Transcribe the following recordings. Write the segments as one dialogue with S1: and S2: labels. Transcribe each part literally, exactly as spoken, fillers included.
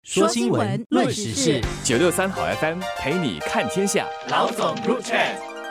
S1: 说新闻，论时事，
S2: 九六三好 F M 陪你看天下。
S1: 老总入场。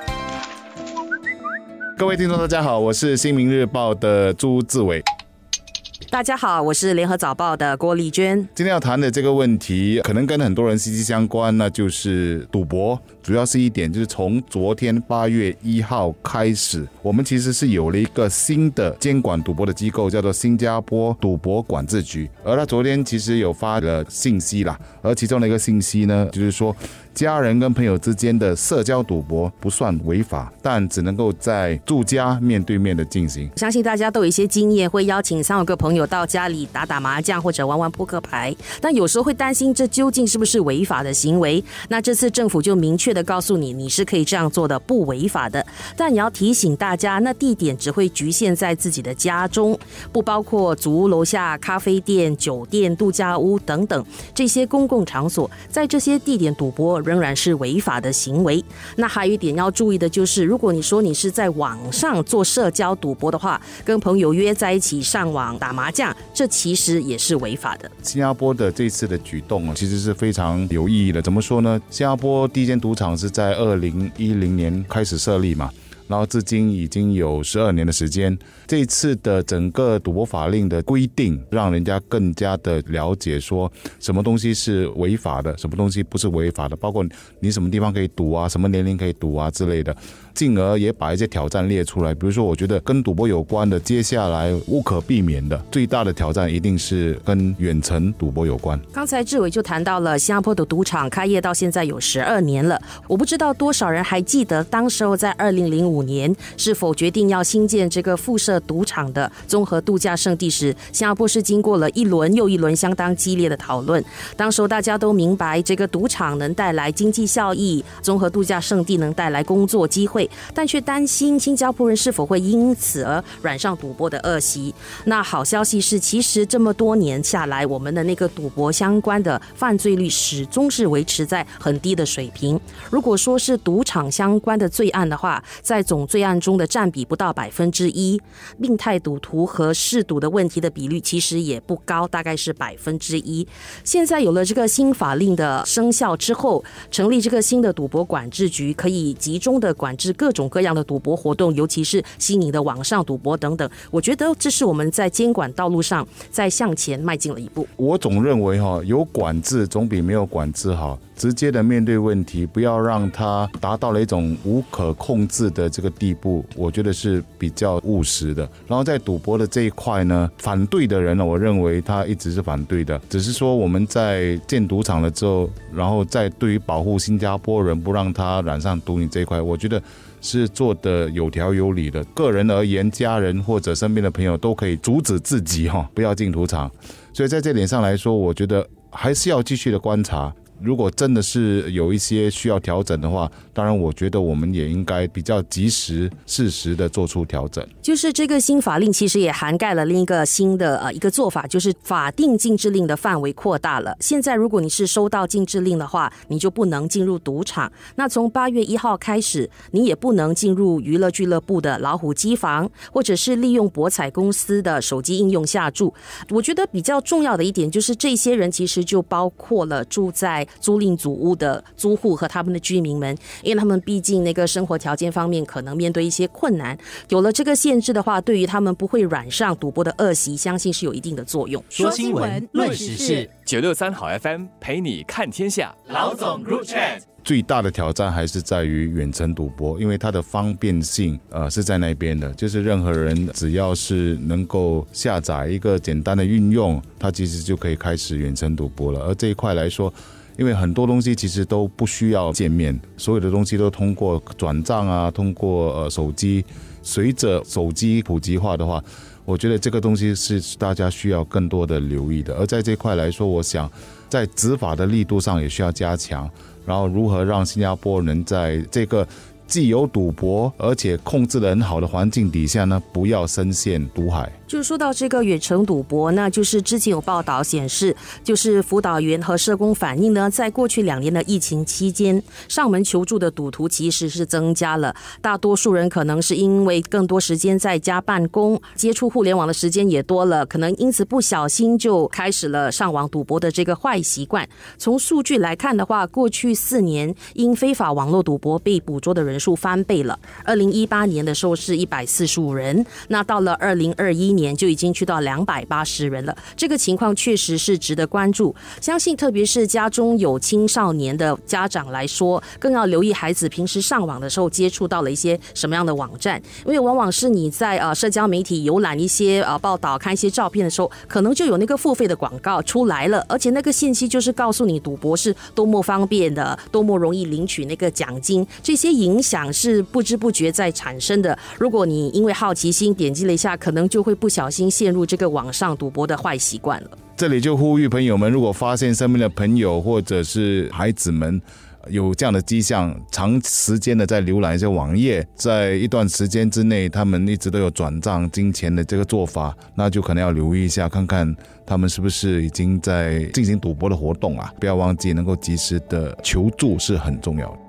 S3: 各位听众大家好，我是新民日报的朱志伟。
S4: 大家好，我是联合早报的郭丽娟。
S3: 今天要谈的这个问题可能跟很多人息息相关，那就是赌博。主要是一点就是从昨天八月一号开始，我们其实是有了一个新的监管赌博的机构，叫做新加坡赌博管制局。而他昨天其实有发了信息啦，而其中的一个信息呢，就是说家人跟朋友之间的社交赌博不算违法，但只能够在住家面对面的进行。
S4: 相信大家都有一些经验，会邀请三五个朋友到家里打打麻将或者玩玩扑克牌，但有时候会担心这究竟是不是违法的行为。那这次政府就明确的告诉你，你是可以这样做的，不违法的。但你要提醒大家，那地点只会局限在自己的家中，不包括祖屋楼下、咖啡店、酒店、度假屋等等这些公共场所。在这些地点赌博仍然是违法的行为。那还有一点要注意的就是，如果你说你是在网上做社交赌博的话，跟朋友约在一起上网打麻将，这其实也是违法的。
S3: 新加坡的这次的举动其实是非常有意义的。怎么说呢？新加坡第一间赌场是在二零一零年开始设立嘛，然后至今已经有十二年的时间。这一次的整个赌博法令的规定，让人家更加的了解说什么东西是违法的，什么东西不是违法的，包括你什么地方可以赌啊，什么年龄可以赌啊之类的，进而也把一些挑战列出来。比如说我觉得跟赌博有关的，接下来无可避免的最大的挑战一定是跟远程赌博有关。
S4: 刚才志伟就谈到了新加坡的赌场开业到现在有十二年了，我不知道多少人还记得当时候在二零零五年是否决定要新建这个附设赌场的综合度假胜地时，新加坡是经过了一轮又一轮相当激烈的讨论。当时大家都明白这个赌场能带来经济效益，综合度假胜地能带来工作机会，但却担心新加坡人是否会因此而染上赌博的恶习。那好消息是，其实这么多年下来，我们的那个赌博相关的犯罪率始终是维持在很低的水平。如果说是赌场相关的罪案的话，在总罪案中的占比不到百分之一，病态赌徒和嗜赌的问题的比率其实也不高，大概是百分之一。现在有了这个新法令的生效之后，成立这个新的赌博管制局，可以集中的管制各种各样的赌博活动，尤其是新颖的网上赌博等等。我觉得这是我们在监管道路上再向前迈进了一步。
S3: 我总认为有管制总比没有管制好。直接的面对问题，不要让它达到了一种无可控制的这个地步，我觉得是比较务实的。然后在赌博的这一块呢，反对的人呢，我认为他一直是反对的，只是说我们在建赌场了之后，然后在对于保护新加坡人不让他染上毒瘾这一块，我觉得是做的有条有理的。个人而言，家人或者身边的朋友都可以阻止自己不要进赌场。所以在这点上来说，我觉得还是要继续的观察。如果真的是有一些需要调整的话，当然我觉得我们也应该比较及时适时的做出调整。
S4: 就是这个新法令其实也涵盖了另一个新的呃一个做法，就是法定禁制令的范围扩大了。现在如果你是收到禁制令的话，你就不能进入赌场。那从八月一号开始，你也不能进入娱乐俱乐部的老虎机房，或者是利用博彩公司的手机应用下注。我觉得比较重要的一点就是，这些人其实就包括了住在租赁祖屋的租户和他们的居民们，因为他们毕竟那个生活条件方面可能面对一些困难，有了这个限制的话，对于他们不会染上赌博的恶习，相信是有一定的作用。
S1: 说新闻，论时事，
S2: 九六三好 F M 陪你看天下。
S1: 老总入场。
S3: 最大的挑战还是在于远程赌博，因为它的方便性呃是在那边的，就是任何人只要是能够下载一个简单的运用，它其实就可以开始远程赌博了。而这一块来说，因为很多东西其实都不需要见面，所有的东西都通过转账啊，通过呃手机。随着手机普及化的话，我觉得这个东西是大家需要更多的留意的。而在这块来说，我想在执法的力度上也需要加强，然后如何让新加坡能在这个既有赌博而且控制得很好的环境底下呢，不要深陷赌海。
S4: 就是说到这个远程赌博，那就是之前有报道显示，就是辅导员和社工反映呢，在过去两年的疫情期间，上门求助的赌徒其实是增加了。大多数人可能是因为更多时间在家办公，接触互联网的时间也多了，可能因此不小心就开始了上网赌博的这个坏习惯。从数据来看的话，过去四年因非法网络赌博被捕捉的人数翻倍了。二零一八年的时候是一百四十五人，那到了二零二一年就已经去到两百八十人了。这个情况确实是值得关注，相信特别是家中有青少年的家长来说，更要留意孩子平时上网的时候接触到了一些什么样的网站，因为往往是你在呃社交媒体浏览一些呃报道、看一些照片的时候，可能就有那个付费的广告出来了，而且那个信息就是告诉你赌博是多么方便的，多么容易领取那个奖金，这些影响是不知不觉在产生的。如果你因为好奇心点击了一下，可能就会不小心陷入这个网上赌博的坏习惯了。
S3: 这里就呼吁朋友们，如果发现身边的朋友或者是孩子们有这样的迹象，长时间的在浏览一些网页，在一段时间之内他们一直都有转账金钱的这个做法，那就可能要留意一下，看看他们是不是已经在进行赌博的活动啊。不要忘记能够及时的求助是很重要的。